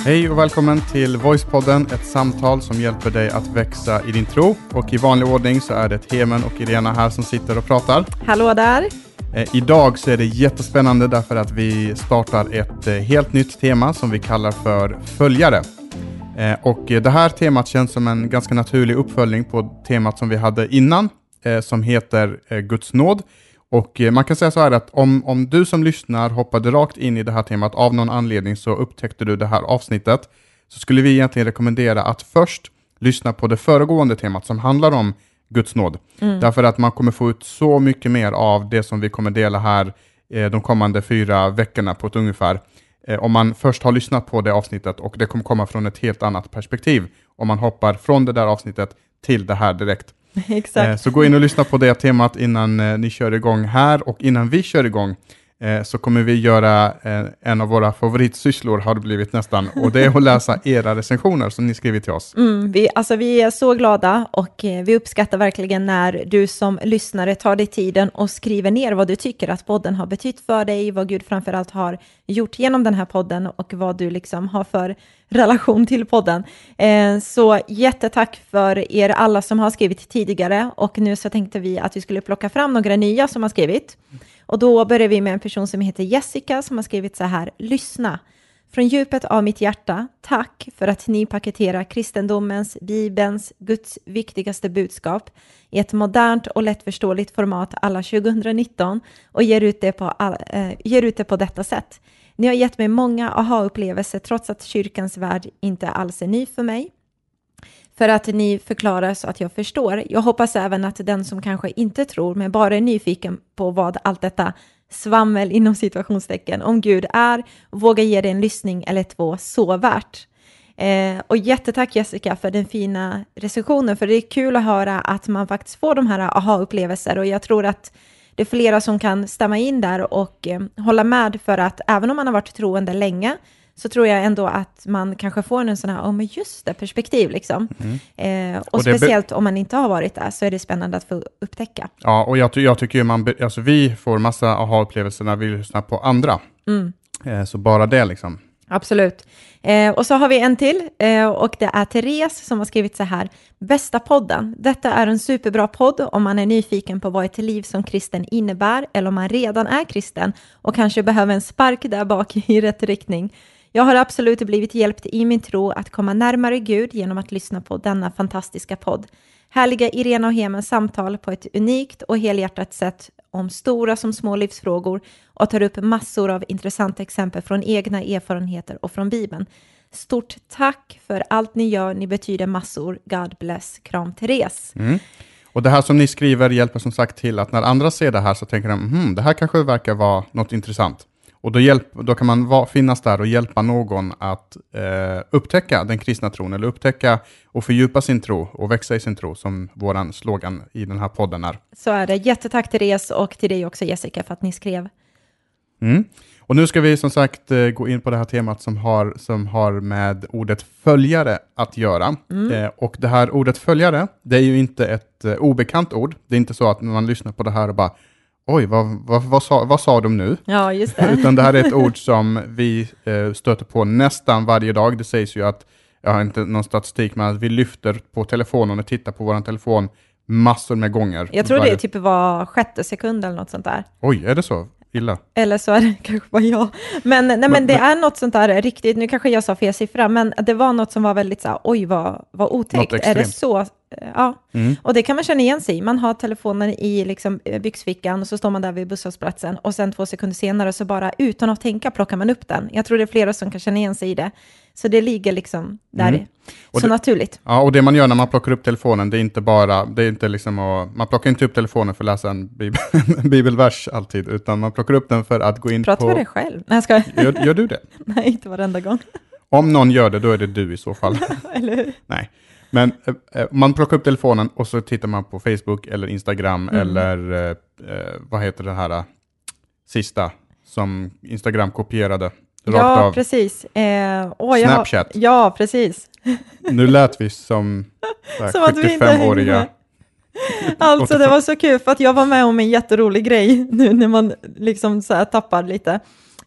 Hej och välkommen till Voicepodden, ett samtal som hjälper dig att växa i din tro. Och i vanlig ordning så är det Hemen och Irena här som sitter och pratar. Hallå där! Idag så är det jättespännande därför att vi startar ett helt nytt tema som vi kallar för följare. Och det här temat känns som en ganska naturlig uppföljning på temat som vi hade innan, som heter Guds nåd. Och man kan säga så här att om du som lyssnar hoppade rakt in i det här temat av någon anledning så upptäckte du det här avsnittet, så skulle vi egentligen rekommendera att först lyssna på det föregående temat som handlar om Guds nåd. Därför att man kommer få ut så mycket mer av det som vi kommer dela här de kommande 4 veckorna på ett ungefär. Om man först har lyssnat på det avsnittet, och det kommer komma från ett helt annat perspektiv om man hoppar från det där avsnittet till det här direkt. Exakt. Så gå in och lyssna på det temat innan ni kör igång här, och innan vi kör igång så kommer vi göra en av våra favoritsysslor, har det blivit nästan, och det är att läsa era recensioner som ni skrivit till oss. Vi är så glada och vi uppskattar verkligen när du som lyssnare tar dig tiden och skriver ner vad du tycker att podden har betytt för dig, vad Gud framförallt har gjort genom den här podden och vad du liksom har för relation till podden. Så jättetack för er alla som har skrivit tidigare, och nu så tänkte vi att vi skulle plocka fram några nya som har skrivit. Och då börjar vi med en person som heter Jessica som har skrivit så här: lyssna. Från djupet av mitt hjärta, tack för att ni paketerar kristendomens, Bibelns, Guds viktigaste budskap i ett modernt och lättförståeligt format alla 2019 och ger ut det på detta sätt. Ni har gett mig många aha-upplevelser trots att kyrkans värld inte alls är ny för mig. För att ni förklarar så att jag förstår. Jag hoppas även att den som kanske inte tror men bara är nyfiken på vad allt detta svammel inom situationstecken om Gud är, våga ge det en lyssning eller 2 så värt. Och jättetack Jessica för den fina recensionen, för det är kul att höra att man faktiskt får de här aha-upplevelser, och jag tror att det är flera som kan stämma in där och hålla med, för att även om man har varit troende länge så tror jag ändå att man kanske får en sån här, men just det, perspektiv liksom. Och speciellt om man inte har varit där så är det spännande att få upptäcka. Ja, och jag tycker vi får massa aha-upplevelser när vi lyssnar på andra. Så bara det liksom. Absolut. Och så har vi en till, och det är Therese som har skrivit så här: bästa podden. Detta är en superbra podd om man är nyfiken på vad ett liv som kristen innebär, eller om man redan är kristen och kanske behöver en spark där bak i rätt riktning. Jag har absolut blivit hjälpt i min tro att komma närmare Gud genom att lyssna på denna fantastiska podd. Härliga Irena och Hemens samtal på ett unikt och helhjärtat sätt om stora som små livsfrågor, och tar upp massor av intressanta exempel från egna erfarenheter och från Bibeln. Stort tack för allt ni gör, ni betyder massor. God bless, kram Therese. Och det här som ni skriver hjälper som sagt till att när andra ser det här så tänker de, det här kanske verkar vara något intressant. Och då kan man finnas där och hjälpa någon att upptäcka den kristna tron, eller upptäcka och fördjupa sin tro och växa i sin tro, som våran slogan i den här podden är. Så är det. Jättetack till Therese och till dig också Jessica för att ni skrev. Och nu ska vi som sagt gå in på det här temat som har med ordet följare att göra. Och det här ordet följare, det är ju inte ett obekant ord. Det är inte så att man lyssnar på det här och bara, oj, vad sa de nu? Ja, just det. Utan det här är ett ord som vi stöter på nästan varje dag. Det sägs ju att, jag har inte någon statistik, men att vi lyfter på telefonen och tittar på vår telefon massor med gånger. Jag tror det är typ var 6:e sekund eller något sånt där. Oj, är det så illa? Eller så är det kanske bara jag. Men det är något sånt där riktigt, nu kanske jag sa fel siffra, men det var något som var väldigt så här, oj vad otäckt. Är det så? Ja, och det kan man känna igen sig i. Man har telefonen i liksom byxfickan och så står man där vid busshållplatsen och sen 2 sekunder senare så bara utan att tänka plockar man upp den. Jag tror det är flera som kan känna igen sig i det. Så det ligger liksom där så naturligt. Ja, och det man gör när man plockar upp telefonen, det är inte liksom man plockar inte upp telefonen för att läsa en bibelvers alltid, utan man plockar upp den för att gå in Pratar på... för dig själv? Nej, jag ska... Gör du det? Nej, inte varenda gång. Om någon gör det, då är det du i så fall. Eller hur? Nej. Men man plockar upp telefonen och så tittar man på Facebook eller Instagram eller vad heter det här sista som Instagram kopierade rakt av? Precis. Snapchat. Ja, precis. Nu lät vi som 75-åriga. Alltså det var så kul för att jag var med om en jätterolig grej nu när man liksom så här tappar lite.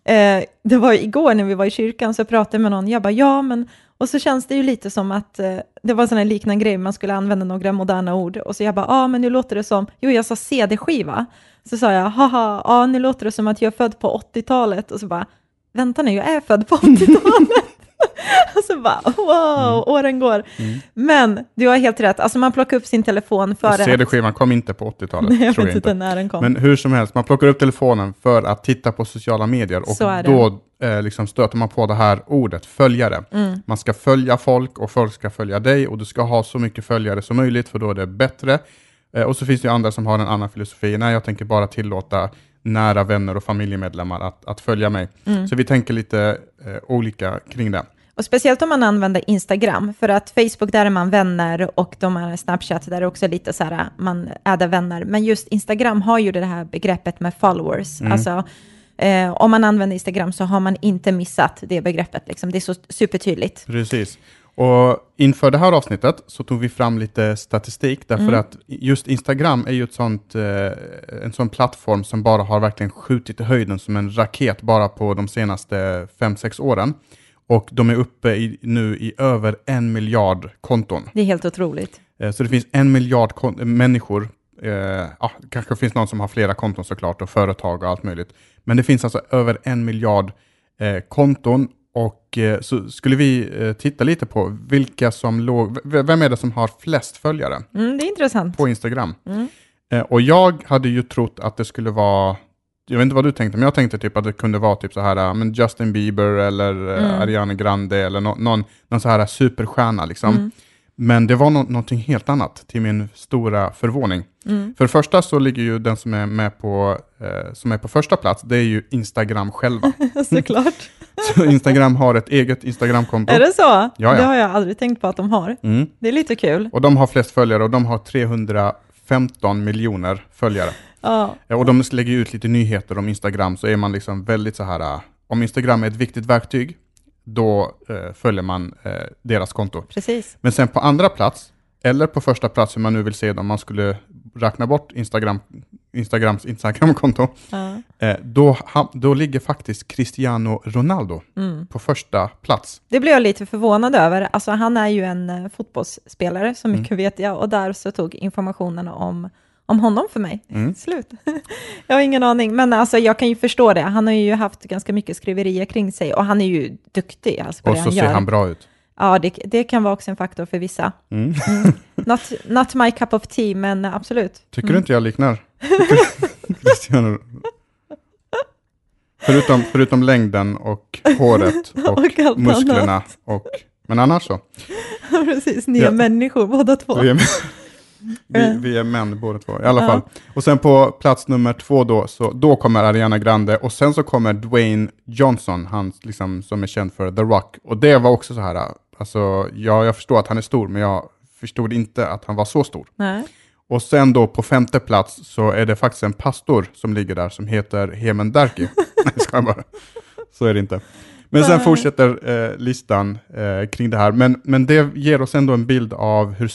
Det var igår när vi var i kyrkan så pratade jag med någon. Jag bara, och så känns det ju lite som att det var en sån här liknande grej. Man skulle använda några moderna ord. Och så jag bara, men nu låter det som, jag sa CD-skiva. Så sa jag, nu låter det som att jag är född på 80-talet. Och så bara, vänta nu, jag är född på 80-talet. Och så bara, wow, åren går. Men du har helt rätt. Alltså man plockar upp sin telefon för CD-skivan kom inte på 80-talet. Nej, jag vet inte när den kom. Men hur som helst, man plockar upp telefonen för att titta på sociala medier. Och då liksom stöter man på det här ordet, följare. Man ska följa folk och folk ska följa dig. Och du ska ha så mycket följare som möjligt för då är det bättre. Och så finns det ju andra som har en annan filosofi. Nej, jag tänker bara tillåta nära vänner och familjemedlemmar att följa mig. Så vi tänker lite olika kring det. Och speciellt om man använder Instagram, för att Facebook där är man vänner och de har Snapchat där är också lite så här, man är där vänner. Men just Instagram har ju det här begreppet med followers. Alltså om man använder Instagram så har man inte missat det begreppet. Liksom. Det är så supertydligt. Precis. Och inför det här avsnittet så tog vi fram lite statistik därför att just Instagram är ju en sån plattform som bara har verkligen skjutit i höjden som en raket bara på de senaste 5-6 åren. Och de är uppe nu i över 1 miljard konton. Det är helt otroligt. Så det finns 1 miljard människor. Kanske finns någon som har flera konton såklart och företag och allt möjligt. Men det finns alltså över 1 miljard konton. Och så skulle vi titta lite på vem är det som har flest följare? Det är intressant. På Instagram. Och jag hade ju trott att det skulle vara, jag vet inte vad du tänkte, men jag tänkte typ att det kunde vara typ så här, men Justin Bieber eller Ariana Grande eller någon så här superstjärna liksom. Men det var någonting helt annat till min stora förvåning. För det första så ligger ju den som är med på första plats, det är ju Instagram själva. Såklart. Så Instagram har ett eget Instagramkonto. Är det så? Ja. Det har jag aldrig tänkt på att de har. Det är lite kul. Och de har flest följare och de har 315 miljoner följare. Och de lägger ut lite nyheter om Instagram, så är man liksom väldigt så här, om Instagram är ett viktigt verktyg, då följer man deras konto. Precis. Men sen på andra plats, eller på första plats hur man nu vill se det, om man skulle räkna bort Instagrams Instagramkonto, då ligger faktiskt Cristiano Ronaldo på första plats. Det blev jag lite förvånad över. Alltså han är ju en fotbollsspelare, så mycket vet jag, och där så tog informationen om honom för mig. Slut. Jag har ingen aning. Men alltså, jag kan ju förstå det. Han har ju haft ganska mycket skriverier kring sig. Och han är ju duktig. Alltså, på och det så han ser gör. Han bra ut. Ja, det kan vara också en faktor för vissa. Not my cup of tea, men absolut. Tycker du inte jag liknar Cristiano? Förutom längden och håret och musklerna. Men annars så. Precis, ni är människor båda två. Vi är män båda två, i alla fall. Och sen på plats nummer 2 då kommer Ariana Grande. Och sen så kommer Dwayne Johnson, han liksom, som är känd för The Rock. Och det var också så här, alltså, jag förstår att han är stor, men jag förstod inte att han var så stor. Nej. Och sen då på 5:e plats så är det faktiskt en pastor som ligger där som heter Hemen Darki. Nej, ska jag bara. Så är det inte. Men sen fortsätter listan kring det här. Men det ger oss ändå en bild av hur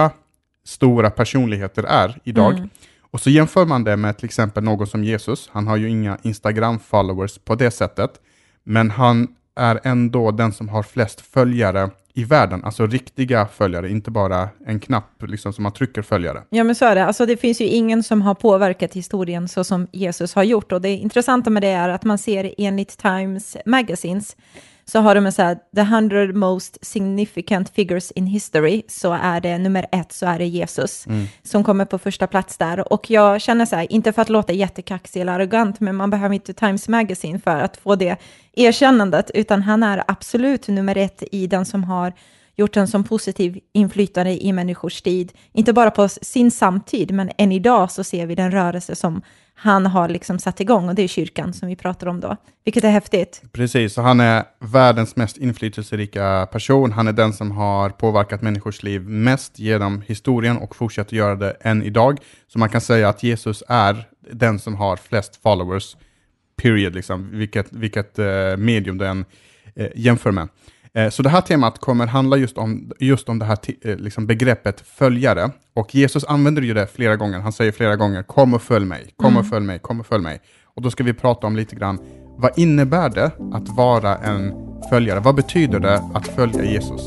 stora personligheter är idag. Och så jämför man det med till exempel någon som Jesus. Han har ju inga Instagram-followers på det sättet. Men han är ändå den som har flest följare i världen. Alltså riktiga följare, inte bara en knapp liksom, som man trycker följare. Ja, men så är det. Alltså, det finns ju ingen som har påverkat historien så som Jesus har gjort. Och det intressanta med det är att man ser enligt Times Magazines så har de en så här, the 100 most significant figures in history, så är det nummer 1 så är det Jesus som kommer på första plats där. Och jag känner så här, inte för att låta jättekaxig eller arrogant, men man behöver inte Times Magazine för att få det erkännandet, utan han är absolut nummer 1 i den som har gjort en som positiv inflytande i människors tid. Inte bara på sin samtid, men än idag så ser vi den rörelse som han har liksom satt igång, och det är kyrkan som vi pratar om då. Vilket är häftigt. Precis, så han är världens mest inflytelserika person. Han är den som har påverkat människors liv mest genom historien och fortsätter göra det än idag. Så man kan säga att Jesus är den som har flest followers, period, liksom, vilket medium den jämför med. Så det här temat kommer handla just om det här liksom begreppet följare. Och Jesus använder ju det flera gånger. Han säger flera gånger, kom och följ mig, kom och följ mig, kom och följ mig. Och då ska vi prata om lite grann, Vad innebär det att vara en följare? Vad betyder det att följa Jesus?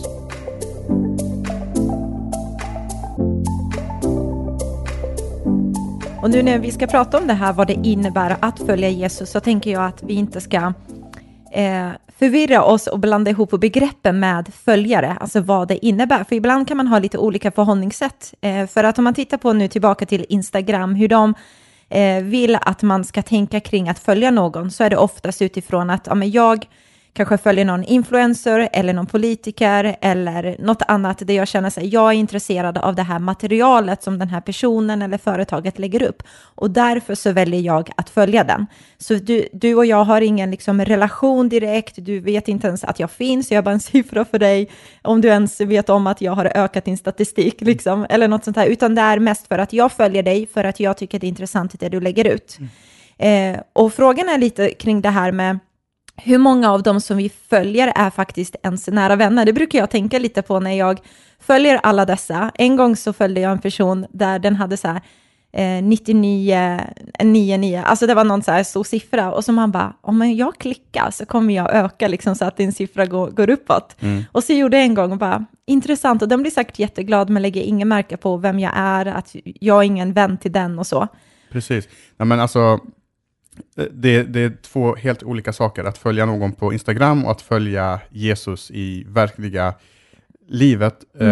Och nu när vi ska prata om det här, vad det innebär att följa Jesus, så tänker jag att vi inte ska förvirra oss och blanda ihop begreppen med följare, alltså vad det innebär. För ibland kan man ha lite olika förhållningssätt. För att om man tittar på nu tillbaka till Instagram, hur de vill att man ska tänka kring att följa någon, så är det oftast utifrån att jag kanske följer någon influencer eller någon politiker eller något annat där jag känner att jag är intresserad av det här materialet som den här personen eller företaget lägger upp. Och därför så väljer jag att följa den. Så du och jag har ingen liksom relation direkt. Du vet inte ens att jag finns. Jag är bara en siffra för dig. Om du ens vet om att jag har ökat din statistik liksom, eller något sånt här. Utan det är mest för att jag följer dig för att jag tycker det är intressant det du lägger ut. Och frågan är lite kring det här med hur många av dem som vi följer är faktiskt ens nära vänner. Det brukar jag tänka lite på när jag följer alla dessa. En gång så följde jag en person där den hade så här 99. Alltså det var någon så här stor siffra. Och så man bara, om jag klickar så kommer jag öka liksom så att din siffra går uppåt. Och så gjorde jag en gång och bara, intressant. Och den blir säkert jätteglad men lägger ingen märke på vem jag är. Att jag är ingen vän till den och så. Precis. Ja, men alltså... Det är två helt olika saker. Att följa någon på Instagram och att följa Jesus i verkliga livet.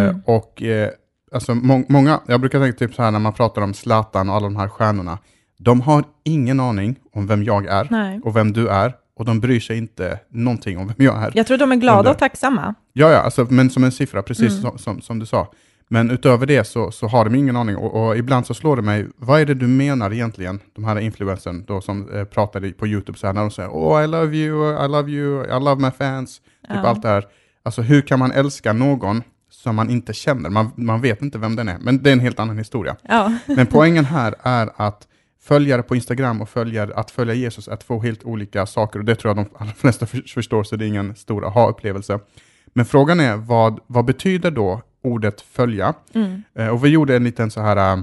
Alltså många, jag brukar tänka typ så här när man pratar om Zlatan och alla de här stjärnorna. De har ingen aning om vem jag är och vem du är. Och de bryr sig inte någonting om vem jag är. Jag tror de är glada och tacksamma. Ja, alltså, men som en siffra, precis som du sa. Men utöver det så har de ingen aning. Och ibland så slår det mig, vad är det du menar egentligen? De här influencern då som pratar på YouTube så här när de säger I love you, I love my fans. Typ allt det här. Alltså hur kan man älska någon som man inte känner? Man vet inte vem den är. Men det är en helt annan historia. Ja. Men poängen här är att följare på Instagram och att följa Jesus är två helt olika saker. Och det tror jag de allra flesta förstår, så det är ingen stor aha-upplevelse. Men frågan är, vad betyder då ordet följa? Och vi gjorde en liten så här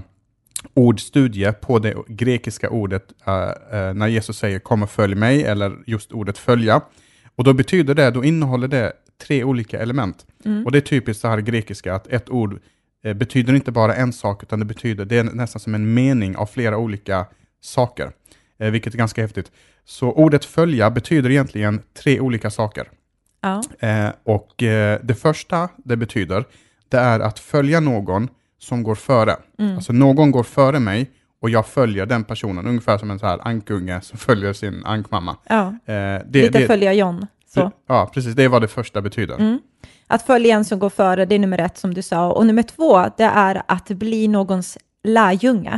ordstudie på det grekiska ordet när Jesus säger kom och följ mig, eller just ordet följa. Och då innehåller det 3 olika element. Och det är typiskt så här grekiska att ett ord betyder inte bara en sak, utan det är nästan som en mening av flera olika saker. Vilket är ganska häftigt. Så ordet följa betyder egentligen 3 olika saker. Ja. Och det första det betyder, det är att följa någon som går före. Alltså någon går före mig och jag följer den personen. Ungefär som en så här ankunge som följer sin ankmamma. Ja. Lite följa John. Så. Ja, precis. Det är vad det första betyder. Att följa en som går före, det är nummer 1 som du sa. Och nummer 2, det är att bli någons lärjunge.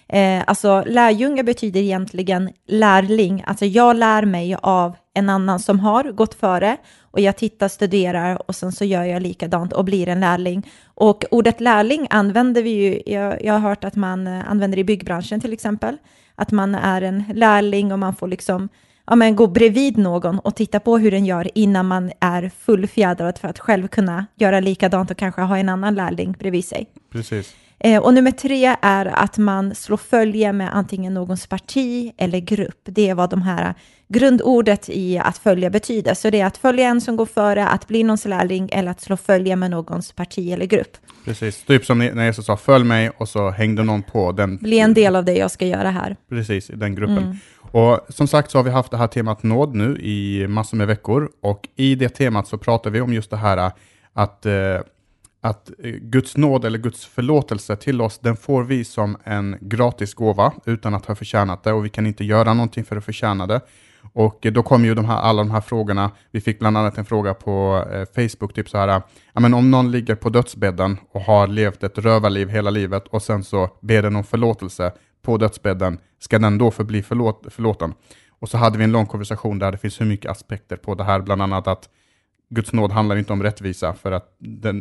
Alltså lärjunge betyder egentligen lärling. Alltså jag lär mig av en annan som har gått före och jag tittar, studerar och sen så gör jag likadant och blir en lärling. Och ordet lärling använder vi ju, jag har hört att man använder i byggbranschen till exempel. Att man är en lärling och man får liksom gå bredvid någon och titta på hur den gör innan man är fullfjädrad för att själv kunna göra likadant och kanske ha en annan lärling bredvid sig. Precis. Och nummer 3 är att man slår följe med antingen någons parti eller grupp. Det är vad de här grundordet i att följa betyder. Så det är att följa en som går före, att bli någons lärling eller att slå följe med någons parti eller grupp. Precis, typ som när Jesus sa följ mig och så hängde någon på den. Bli en del av det jag ska göra här. Precis, i den gruppen. Och som sagt så har vi haft det här temat nåd nu i massor med veckor. Och i det temat så pratar vi om just det här att Guds nåd eller Guds förlåtelse till oss, den får vi som en gratis gåva utan att ha förtjänat det, och vi kan inte göra någonting för att förtjäna det. Och då kommer ju alla de här frågorna. Vi fick bland annat en fråga på Facebook, typ så här, men om någon ligger på dödsbädden och har levt ett rövarliv hela livet och sen så ber den om förlåtelse på dödsbädden, ska den då förbli förlåten? Och så hade vi en lång konversation där det finns hur mycket aspekter på det här, bland annat att Guds nåd handlar inte om rättvisa, för att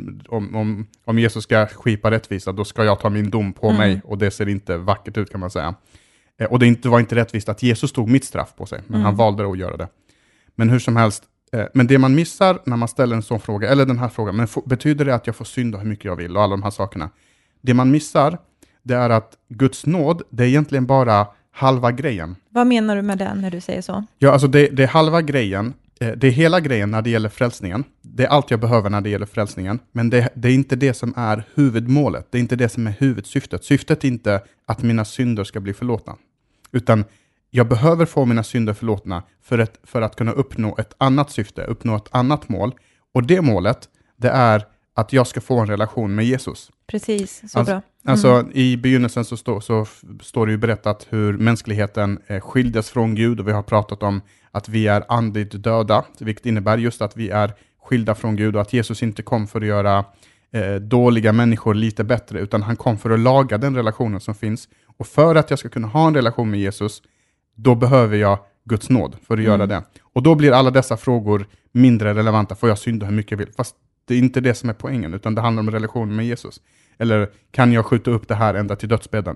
om Jesus ska skipa rättvisa, då ska jag ta min dom på mig, och det ser inte vackert ut kan man säga. Och det var inte rättvist att Jesus tog mitt straff på sig, men han valde att göra det. Men hur som helst, men det man missar när man ställer en sån fråga, eller den här frågan, men betyder det att jag får synda hur mycket jag vill och alla de här sakerna? Det man missar, det är att Guds nåd, det är egentligen bara halva grejen. Vad menar du med det när du säger så? Ja, alltså det är halva grejen. Det är hela grejen när det gäller frälsningen. Det är allt jag behöver när det gäller frälsningen. Men det är inte det som är huvudmålet. Det är inte det som är huvudsyftet. Syftet är inte att mina synder ska bli förlåtna. Utan jag behöver få mina synder förlåtna för att kunna uppnå ett annat syfte. Uppnå ett annat mål. Och det målet, det är att jag ska få en relation med Jesus. Precis, så bra. Alltså i begynnelsen så står det ju berättat hur mänskligheten skildes från Gud, och vi har pratat om att vi är andligt döda, vilket innebär just att vi är skilda från Gud, och att Jesus inte kom för att göra dåliga människor lite bättre, utan han kom för att laga den relationen som finns. Och för att jag ska kunna ha en relation med Jesus, då behöver jag Guds nåd för att göra det. Och då blir alla dessa frågor mindre relevanta. Får jag synda hur mycket jag vill? Fast det är inte det som är poängen, utan det handlar om relationen med Jesus. Eller kan jag skjuta upp det här ända till dödsbädden?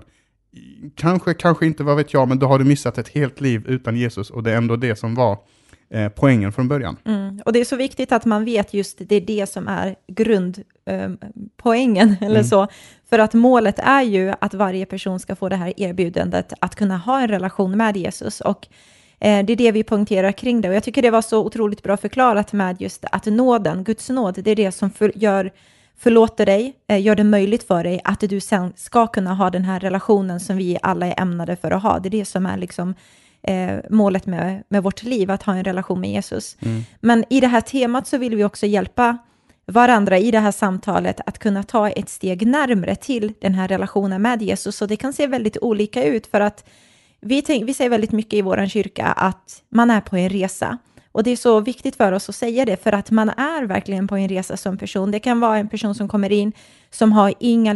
Kanske inte, vad vet jag, men då har du missat ett helt liv utan Jesus, och det är ändå det som var poängen från början. Och det är så viktigt att man vet just det är det som är grundpoängen eller så. För att målet är ju att varje person ska få det här erbjudandet att kunna ha en relation med Jesus, och det är det vi punkterar kring det. Och jag tycker det var så otroligt bra förklarat med just att nåden, Guds nåd, det är det som förlåter dig, gör det möjligt för dig att du sen ska kunna ha den här relationen som vi alla är ämnade för att ha. Det är det som är liksom målet med vårt liv, att ha en relation med Jesus. Men i det här temat så vill vi också hjälpa varandra i det här samtalet att kunna ta ett steg närmare till den här relationen med Jesus. Och det kan se väldigt olika ut, för att vi säger väldigt mycket i vår kyrka att man är på en resa. Och det är så viktigt för oss att säga det, för att man är verkligen på en resa som person. Det kan vara en person som kommer in som har inga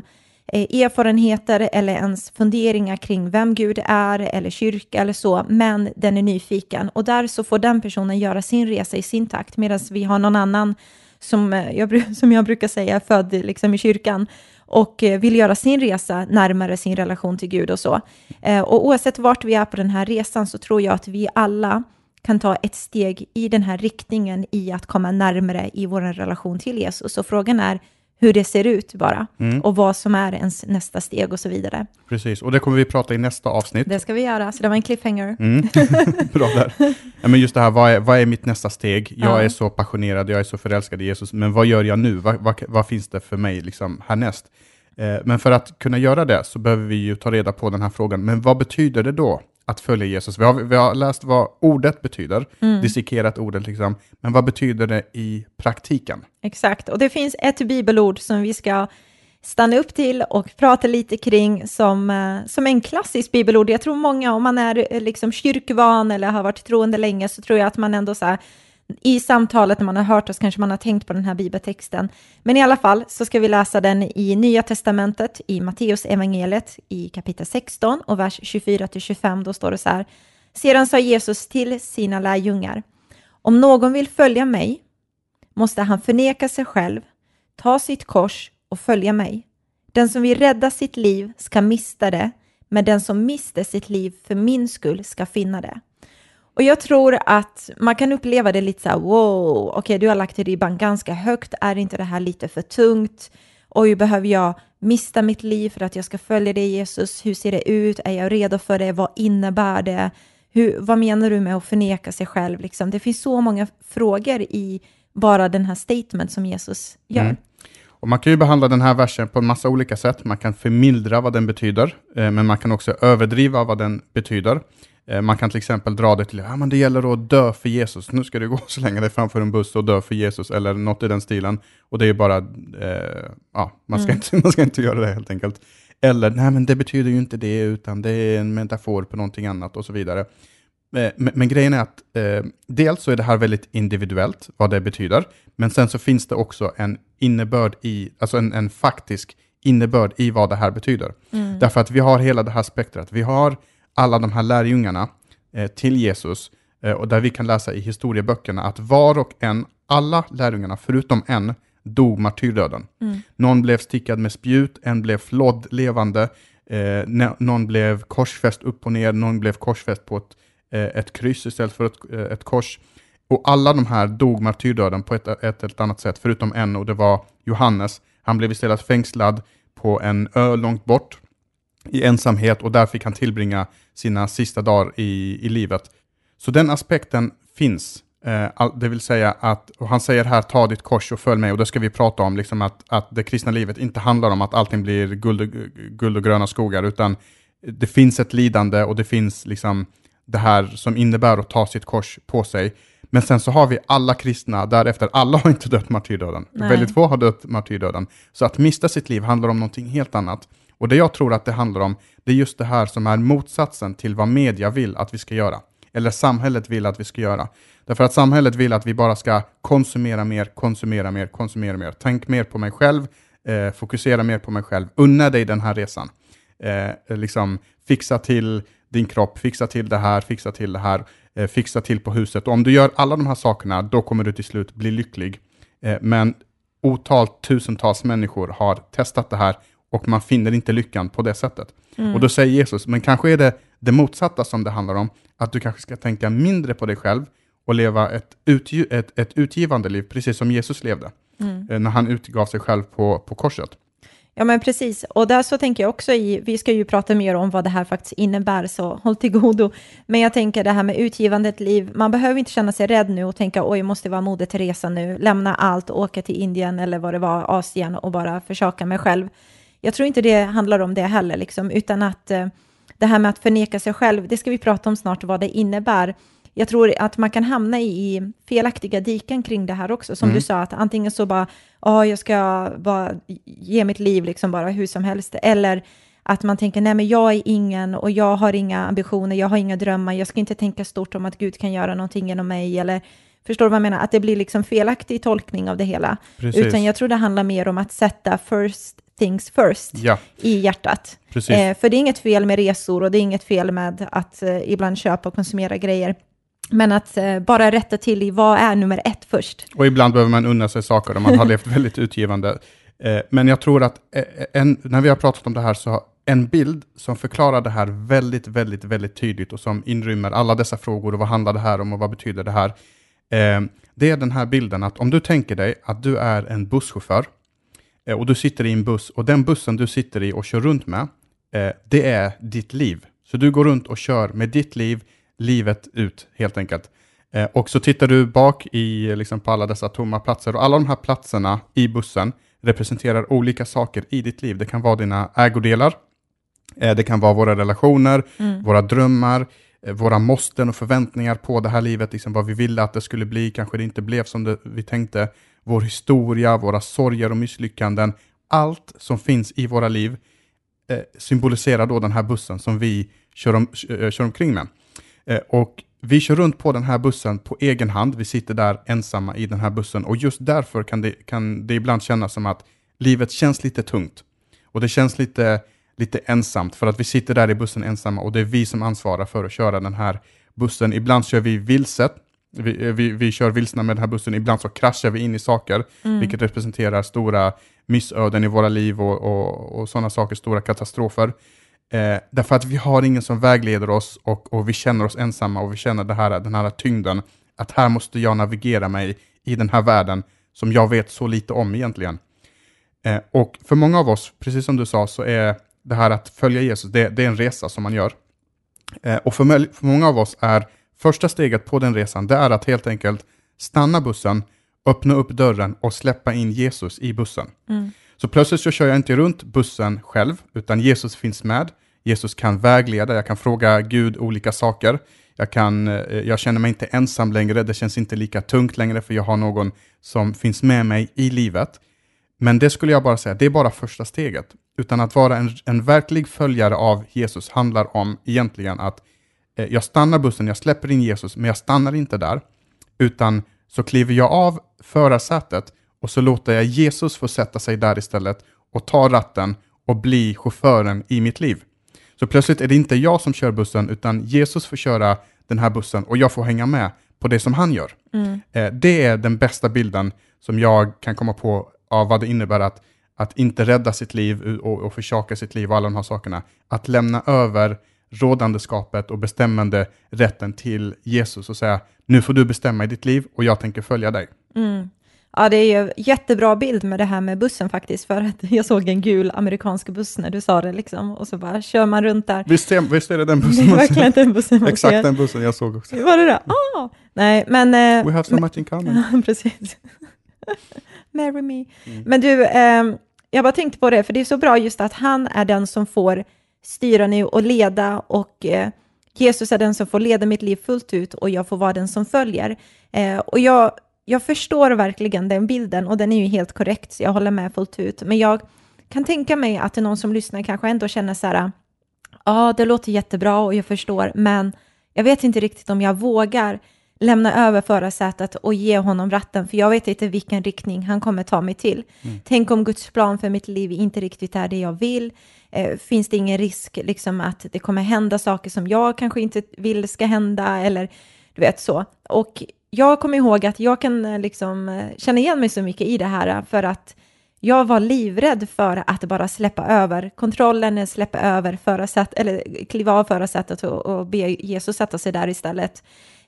erfarenheter eller ens funderingar kring vem Gud är eller kyrka eller så, men den är nyfiken. Och där så får den personen göra sin resa i sin takt, medan vi har någon annan som jag brukar säga är född i kyrkan och vill göra sin resa närmare sin relation till Gud och så. Och oavsett vart vi är på den här resan så tror jag att vi alla kan ta ett steg i den här riktningen i att komma närmare i vår relation till Jesus. Så frågan är hur det ser ut bara och vad som är ens nästa steg och så vidare. Precis, och det kommer vi prata i nästa avsnitt. Det ska vi göra, så det var en cliffhanger. Bra där. Ja, men just det här, vad är mitt nästa steg? Jag är så passionerad, jag är så förälskad i Jesus, men vad gör jag nu? Vad finns det för mig härnäst? Men för att kunna göra det så behöver vi ju ta reda på den här frågan. Men vad betyder det då att följa Jesus? Vi har läst vad ordet betyder, dissekerat ordet men vad betyder det i praktiken? Exakt, och det finns ett bibelord som vi ska stanna upp till och prata lite kring som en klassisk bibelord. Jag tror många, om man är kyrkvan eller har varit troende länge, så tror jag att man ändå i samtalet när man har hört oss kanske man har tänkt på den här bibeltexten. Men i alla fall så ska vi läsa den i Nya testamentet i Matteus evangeliet i kapitel 16 och vers 24-25. Då står det så här: Sedan sa Jesus till sina lärjungar: Om någon vill följa mig måste han förneka sig själv, ta sitt kors och följa mig. Den som vill rädda sitt liv ska mista det, men den som mister sitt liv för min skull ska finna det. Och jag tror att man kan uppleva det lite så här: wow, okej, du har lagt ribban ganska högt. Är inte det här lite för tungt? Oj, behöver jag mista mitt liv för att jag ska följa dig, Jesus? Hur ser det ut? Är jag redo för det? Vad innebär det? Vad menar du med att förneka sig själv? Det finns så många frågor i bara den här statement som Jesus gör. Och man kan ju behandla den här versen på en massa olika sätt. Man kan förmildra vad den betyder, men man kan också överdriva vad den betyder. Man kan till exempel dra det till men det gäller att dö för Jesus. Nu ska du gå så länge dig framför en buss och dö för Jesus, eller något i den stilen. Och det är bara, man ska inte göra det helt enkelt. Eller, nej men det betyder ju inte det, utan det är en metafor på någonting annat och så vidare. Men grejen är att dels så är det här väldigt individuellt vad det betyder, men sen så finns det också en innebörd en faktisk innebörd i vad det här betyder. Därför att vi har hela det här spektrat. Vi har alla de här lärjungarna till Jesus, och där vi kan läsa i historieböckerna att var och en, alla lärjungarna förutom en, dog martyrdöden. Någon blev stickad med spjut, en blev flådd levande, någon blev korsfäst upp och ner, någon blev korsfäst på ett kryss istället för ett kors. Och alla de här dog martyrdöden på ett eller annat sätt, förutom en, och det var Johannes. Han blev istället fängslad på en ö långt bort. i ensamhet, och där fick han tillbringa sina sista dagar i livet. Så den aspekten finns. Det vill säga att, och han säger här, ta ditt kors och följ mig, och det ska vi prata om, liksom att det kristna livet inte handlar om att allting blir guld och gröna skogar, utan det finns ett lidande, och det finns liksom det här som innebär att ta sitt kors på sig. Men sen så har vi alla kristna därefter, alla har inte dött martyrdöden. Nej. Väldigt få har dött martyrdöden. Så att mista sitt liv handlar om någonting helt annat. Och det jag tror att det handlar om, det är just det här som är motsatsen till vad media vill att vi ska göra. Eller samhället vill att vi ska göra. Därför att samhället vill att vi bara ska konsumera mer. Tänk mer på mig själv, fokusera mer på mig själv. Unna dig den här resan. Liksom fixa till din kropp, fixa till det här, fixa till på huset. Och om du gör alla de här sakerna, då kommer du till slut bli lycklig. Men tusentals människor har testat det här, och man finner inte lyckan på det sättet. Och då säger Jesus, men kanske är det motsatta som det handlar om, att du kanske ska tänka mindre på dig själv och leva ett utgivande liv, precis som Jesus levde när han utgav sig själv på korset. Ja, men precis. Och där så tänker jag också vi ska ju prata mer om vad det här faktiskt innebär, så håll till godo. Men jag tänker det här med utgivandet liv, man behöver inte känna sig rädd nu och tänka, oj, jag måste vara modig till resa nu, lämna allt och åka till Indien eller vad det var, Asien, och bara försaka mig själv. Jag tror inte det handlar om det heller, liksom, utan att det här med att förneka sig själv, det ska vi prata om snart, vad det innebär. Jag tror att man kan hamna i felaktiga diken kring det här också. Som du sa, att antingen så bara, jag ska bara ge mitt liv liksom bara hur som helst. Eller att man tänker, nej men jag är ingen och jag har inga ambitioner, jag har inga drömmar. Jag ska inte tänka stort om att Gud kan göra någonting genom mig. Eller, förstår du vad jag menar? Att det blir liksom felaktig tolkning av det hela. Precis. Utan jag tror det handlar mer om att sätta first things first i hjärtat. För det är inget fel med resor, och det är inget fel med att ibland köpa och konsumera grejer. Men att bara rätta till i vad är nummer 1 först. Och ibland behöver man unna sig saker om man har levt väldigt utgivande. Men jag tror att när vi har pratat om det här, så en bild som förklarar det här väldigt, väldigt, väldigt tydligt, och som inrymmer alla dessa frågor, och vad handlar det här om och vad betyder det här? Det är den här bilden att om du tänker dig att du är en busschaufför, och du sitter i en buss, och den bussen du sitter i och kör runt med, det är ditt liv. Så du går runt och kör med ditt liv, livet ut helt enkelt. Och så tittar du bak liksom på alla dessa tomma platser, och alla de här platserna i bussen representerar olika saker i ditt liv. Det kan vara dina ägodelar, det kan vara våra relationer, våra drömmar, våra måsten och förväntningar på det här livet, liksom vad vi ville att det skulle bli, kanske det inte blev som vi tänkte, vår historia, våra sorger och misslyckanden, allt som finns i våra liv symboliserar då den här bussen som vi kör omkring med. Och vi kör runt på den här bussen på egen hand. Vi sitter där ensamma i den här bussen, och just därför kan det ibland kännas som att livet känns lite tungt. Och det känns lite ensamt, för att vi sitter där i bussen ensamma, och det är vi som ansvarar för att köra den här bussen. Ibland kör vi vilset. Vi kör vilsna med den här bussen. Ibland så kraschar vi in i saker, vilket representerar stora missöden i våra liv och sådana saker, stora katastrofer. Därför att vi har ingen som vägleder oss, och vi känner oss ensamma, och vi känner den här tyngden, att här måste jag navigera mig i den här världen som jag vet så lite om egentligen. Och för många av oss, precis som du sa, så är det här att följa Jesus, det är en resa som man gör. Och för många av oss är första steget på den resan, det är att helt enkelt stanna bussen, öppna upp dörren och släppa in Jesus i bussen. Så plötsligt så kör jag inte runt bussen själv, utan Jesus finns med. Jesus kan vägleda, jag kan fråga Gud olika saker. Jag känner mig inte ensam längre, det känns inte lika tungt längre, för jag har någon som finns med mig i livet. Men det skulle jag bara säga, det är bara första steget. Utan att vara en verklig följare av Jesus handlar om egentligen att jag stannar bussen, jag släpper in Jesus, men jag stannar inte där. Utan så kliver jag av förarsätet, och så låter jag Jesus få sätta sig där istället och ta ratten och bli chauffören i mitt liv. Så plötsligt är det inte jag som kör bussen, utan Jesus får köra den här bussen, och jag får hänga med på det som han gör. Det är den bästa bilden som jag kan komma på av vad det innebär att inte rädda sitt liv och försaka sitt liv och alla de här sakerna. Att lämna över rådandeskapet och bestämmande rätten till Jesus och säga, nu får du bestämma i ditt liv och jag tänker följa dig. Ja, det är ju jättebra bild med det här med bussen faktiskt, för att jag såg en gul amerikansk buss när du sa det liksom, och så bara kör man runt där. Visst är det den Det bussen är verkligen den bussen man Exakt ser. den bussen jag såg också. Var det det? Nej, men... We have so much in common. Precis. Marry me. Men du, jag bara tänkte på det, för det är så bra just att han är den som får styra nu och leda, och Jesus är den som får leda mitt liv fullt ut, och jag får vara den som följer. Och jag förstår verkligen den bilden, och den är ju helt korrekt, så jag håller med fullt ut. Men jag kan tänka mig att det är någon som lyssnar kanske ändå känner så här, det låter jättebra och jag förstår, men jag vet inte riktigt om jag vågar lämna över förarsätet och ge honom ratten, för jag vet inte vilken riktning han kommer ta mig till. Tänk om Guds plan för mitt liv inte riktigt är det jag vill. Finns det ingen risk liksom att det kommer hända saker som jag kanske inte vill ska hända, eller du vet så. Och jag kommer ihåg att jag kan liksom känna igen mig så mycket i det här, för att jag var livrädd för att bara släppa över kontrollen, släppa över förarsätet, eller kliva av förarsätet och be Jesus sätta sig där istället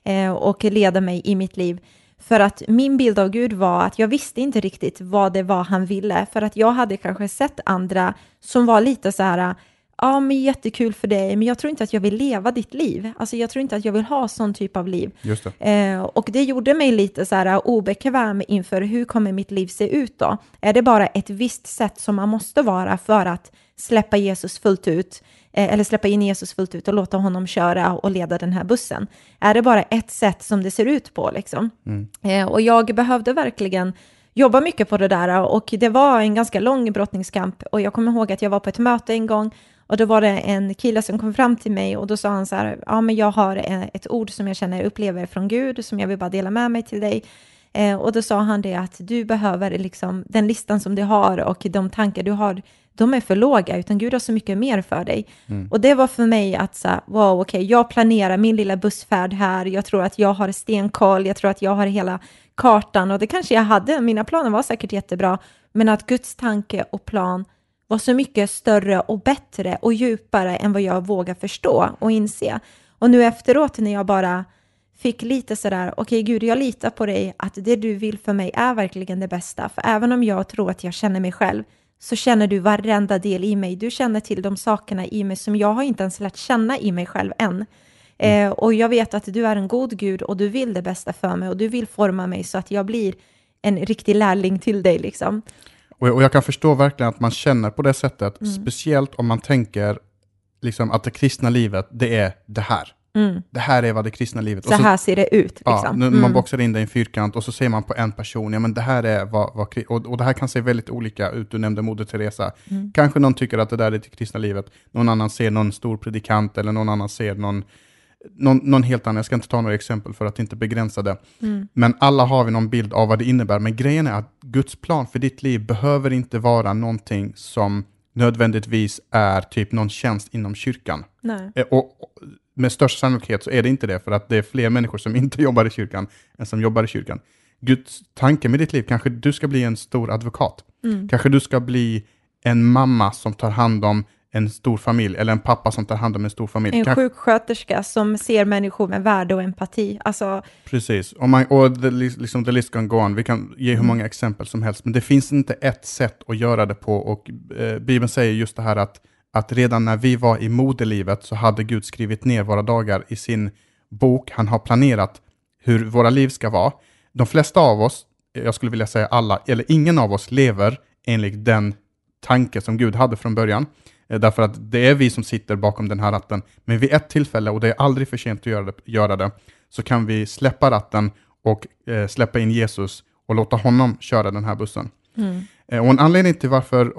och leda mig i mitt liv. För att min bild av Gud var att jag visste inte riktigt vad det var han ville. För att jag hade kanske sett andra som var lite så här, men jättekul för dig, men jag tror inte att jag vill leva ditt liv. Alltså jag tror inte att jag vill ha sån typ av liv. Just det. Och det gjorde mig lite så här obekväm inför hur kommer mitt liv se ut då? Är det bara ett visst sätt som man måste vara för att släppa Jesus fullt ut? Eller släppa in Jesus fullt ut och låta honom köra och leda den här bussen? Är det bara ett sätt som det ser ut på liksom? Och jag behövde verkligen jobba mycket på det där, och det var en ganska lång brottningskamp. Och jag kommer ihåg att jag var på ett möte en gång, och då var det en kille som kom fram till mig, och då sa han så här, men jag har ett ord som jag känner upplever från Gud, som jag vill bara dela med mig till dig. Och då sa han det, att du behöver liksom, den listan som du har och de tankar du har, de är för låga, utan Gud har så mycket mer för dig. Och det var för mig att säga, wow, okej, jag planerar min lilla bussfärd här, jag tror att jag har stenkoll, jag tror att jag har hela kartan, och det kanske jag hade, mina planer var säkert jättebra, men att Guds tanke och plan var så mycket större och bättre och djupare än vad jag vågar förstå och inse. Och nu efteråt, när jag bara fick lite sådär, okej Gud, jag litar på dig, att det du vill för mig är verkligen det bästa. För även om jag tror att jag känner mig själv, så känner du varenda del i mig. Du känner till de sakerna i mig som jag har inte ens lärt känna i mig själv än. Och jag vet att du är en god Gud, och du vill det bästa för mig, och du vill forma mig så att jag blir en riktig lärling till dig liksom. Och jag kan förstå verkligen att man känner på det sättet, speciellt om man tänker liksom att det kristna livet, det är det här. Det här är vad det kristna livet är. Så här ser det ut. Liksom. Ja, man boxar in det i en fyrkant, och så ser man på en person, ja men det här är och det här kan se väldigt olika ut. Du nämnde Moder Teresa. Kanske någon tycker att det där är det kristna livet. Någon annan ser någon stor predikant, eller någon annan ser någon helt annan. Jag ska inte ta några exempel för att inte begränsa det. Men alla har vi någon bild av vad det innebär. Men grejen är att Guds plan för ditt liv behöver inte vara någonting som nödvändigtvis är typ någon tjänst inom kyrkan. Nej. Och med största sannolikhet så är det inte det, för att det är fler människor som inte jobbar i kyrkan än som jobbar i kyrkan. Guds tanke med ditt liv, kanske du ska bli en stor advokat. Kanske du ska bli en mamma som tar hand om en stor familj, eller en pappa som tar hand om en stor familj. En sjuksköterska som ser människor med värde och empati. Alltså... Precis, the list can go on. Vi kan ge hur många exempel som helst, men det finns inte ett sätt att göra det på, och Bibeln säger just det här att redan när vi var i moderlivet så hade Gud skrivit ner våra dagar i sin bok. Han har planerat hur våra liv ska vara. De flesta av oss, jag skulle vilja säga alla, eller ingen av oss lever enligt den tanke som Gud hade från början. Därför att det är vi som sitter bakom den här ratten. Men vid ett tillfälle, och det är aldrig för sent att göra det, så kan vi släppa ratten och släppa in Jesus och låta honom köra den här bussen. Och en anledning till varför,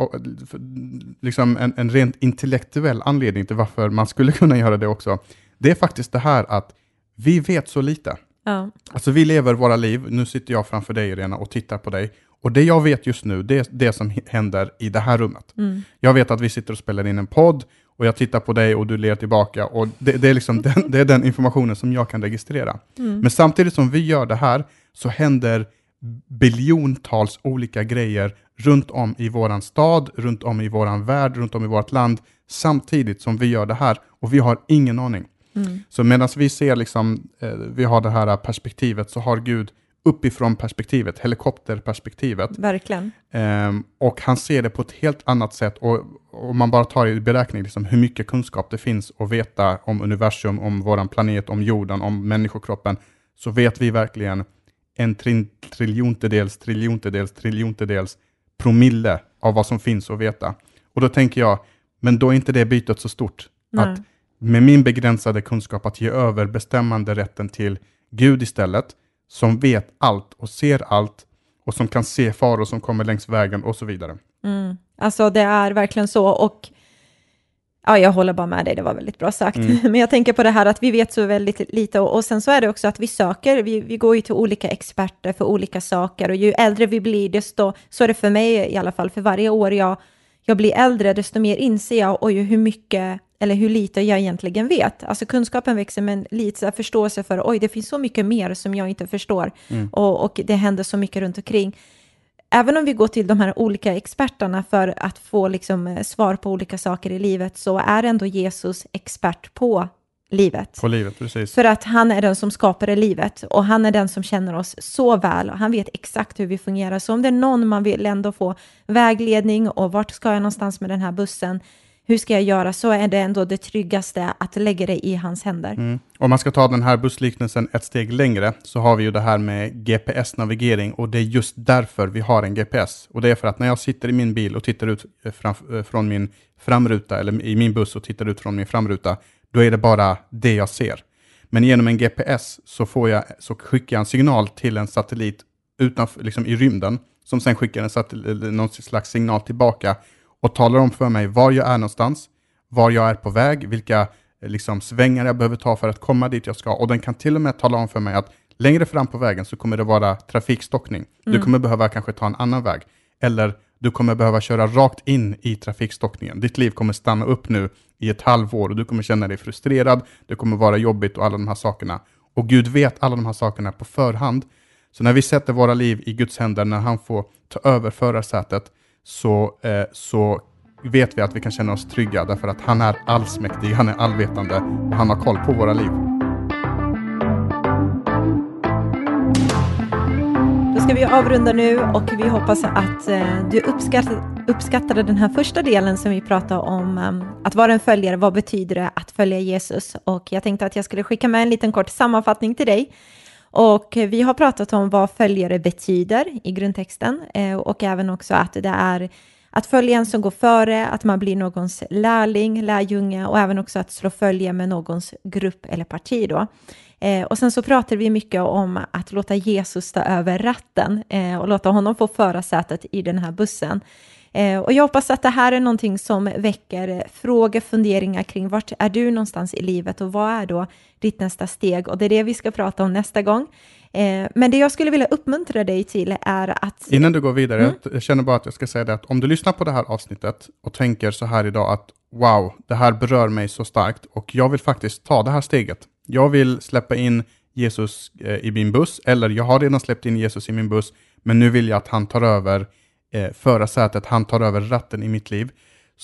liksom en rent intellektuell anledning till varför man skulle kunna göra det också, det är faktiskt det här att vi vet så lite. Ja. Alltså vi lever våra liv, nu sitter jag framför dig Irena och tittar på dig, och det jag vet just nu, det är det som händer i det här rummet. Jag vet att vi sitter och spelar in en podd, och jag tittar på dig och du ler tillbaka, och det är liksom det är den informationen som jag kan registrera. Men samtidigt som vi gör det här, så händer biljontals olika grejer runt om i våran stad, runt om i våran värld, runt om i vårt land, samtidigt som vi gör det här, och vi har ingen aning. Så medan vi ser liksom, vi har det här perspektivet, så har Gud uppifrån perspektivet, helikopterperspektivet. Verkligen. Och han ser det på ett helt annat sätt. Och om man bara tar i beräkning liksom hur mycket kunskap det finns att veta om universum, om våran planet, om jorden, om människokroppen, så vet vi verkligen en triljontedels promille av vad som finns att veta. Och då tänker jag, men då är inte det bytet så stort. Nej. Att med min begränsade kunskap att ge över bestämmande rätten till Gud istället, som vet allt och ser allt och som kan se faror som kommer längs vägen och så vidare. Alltså det är verkligen så, och ja, jag håller bara med dig, det var väldigt bra sagt. Men jag tänker på det här att vi vet så väldigt lite, och sen så är det också att vi söker, vi går ju till olika experter för olika saker, och ju äldre vi blir, desto, så är det för mig i alla fall, för varje år jag blir äldre, desto mer inser jag och hur mycket eller hur lite jag egentligen vet. Alltså kunskapen växer, men lite så här förståelse för, det finns så mycket mer som jag inte förstår. Och det händer så mycket runt omkring. Även om vi går till de här olika experterna för att få liksom svar på olika saker i livet, så är ändå Jesus expert på livet. På livet, precis. För att han är den som skapade livet, och han är den som känner oss så väl, och han vet exakt hur vi fungerar. Så om det är någon man vill ändå få vägledning, och vart ska jag någonstans med den här bussen, hur ska jag göra, så är det ändå det tryggaste att lägga det i hans händer. Om man ska ta den här bussliknelsen ett steg längre, så har vi ju det här med GPS-navigering, och det är just därför vi har en GPS. Och det är för att när jag sitter i min bil och tittar ut från min framruta, eller i min buss och tittar ut från min framruta, då är det bara det jag ser. Men genom en GPS så skickar jag en signal till en satellit utanför, liksom i rymden, som sen skickar någon slags signal tillbaka och talar om för mig var jag är någonstans, var jag är på väg, vilka liksom svängar jag behöver ta för att komma dit jag ska. Och den kan till och med tala om för mig att längre fram på vägen så kommer det vara trafikstockning. Du kommer behöva kanske ta en annan väg. Eller du kommer behöva köra rakt in i trafikstockningen. Ditt liv kommer stanna upp nu i ett halvår och du kommer känna dig frustrerad. Det kommer vara jobbigt och alla de här sakerna. Och Gud vet alla de här sakerna på förhand. Så när vi sätter våra liv i Guds händer, när han får ta över förarsätet, så vet vi att vi kan känna oss trygga, därför att han är allsmäktig, han är allvetande och han har koll på våra liv. Då ska vi avrunda nu, och vi hoppas att du uppskattade den här första delen som vi pratade om, att vara en följare. Vad betyder det att följa Jesus? Och jag tänkte att jag skulle skicka med en liten kort sammanfattning till dig. Och vi har pratat om vad följare betyder i grundtexten, och även också att det är att följa en som går före, att man blir någons lärjunge, och även också att slå följe med någons grupp eller parti då. Och sen så pratar vi mycket om att låta Jesus ta över ratten och låta honom få föra sätet i den här bussen. Och jag hoppas att det här är någonting som väcker frågor, funderingar kring vart är du någonstans i livet, och vad är då ditt nästa steg, och det är det vi ska prata om nästa gång. Men det jag skulle vilja uppmuntra dig till är att... Innan du går vidare, jag känner bara att jag ska säga det, att om du lyssnar på det här avsnittet och tänker så här idag att wow, det här berör mig så starkt och jag vill faktiskt ta det här steget. Jag vill släppa in Jesus i min buss, eller jag har redan släppt in Jesus i min buss, men nu vill jag att han tar över förarsätet, han tar över ratten i mitt liv.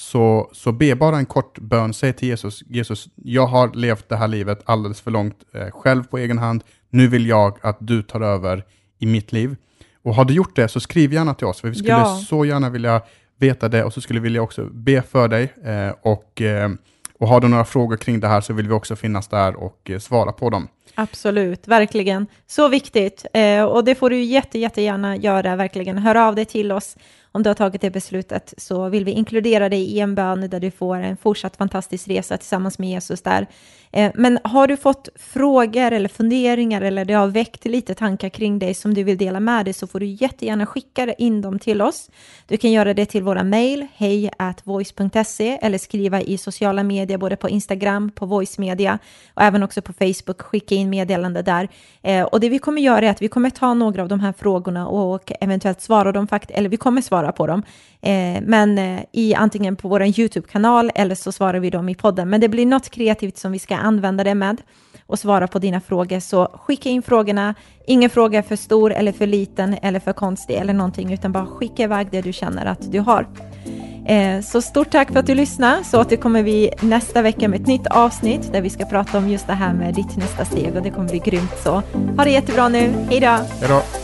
Så be bara en kort bön, säg till Jesus, jag har levt det här livet alldeles för långt själv på egen hand, nu vill jag att du tar över i mitt liv. Och har du gjort det så skriv gärna till oss, för vi skulle så gärna vilja veta det, och så skulle vi vilja också be för dig, och har du några frågor kring det här så vill vi också finnas där och svara på dem. Absolut, verkligen. Så viktigt. Och det får du jättegärna göra, verkligen. Hör av dig till oss om du har tagit det beslutet, så vill vi inkludera dig i en bön där du får en fortsatt fantastisk resa tillsammans med Jesus där. Men har du fått frågor eller funderingar, eller det har väckt lite tankar kring dig som du vill dela med dig, så får du jättegärna skicka in dem till oss. Du kan göra det till våra mejl, hej@voice.se, eller skriva i sociala medier, både på Instagram, på Voice Media och även också på Facebook. Skicka in meddelande där. Och det vi kommer göra är att vi kommer ta några av de här frågorna och eventuellt svara dem, eller vi kommer svara på dem. Men antingen på vår YouTube-kanal, eller så svarar vi dem i podden. Men det blir något kreativt som vi ska använda det med och svara på dina frågor. Så skicka in frågorna. Ingen fråga är för stor eller för liten eller för konstig eller någonting, utan bara skicka iväg det du känner att du har. Så stort tack för att du lyssnar. Så återkommer vi nästa vecka med ett nytt avsnitt där vi ska prata om just det här med ditt nästa steg, och det kommer bli grymt. Så ha det jättebra nu. Hej då! Hej då!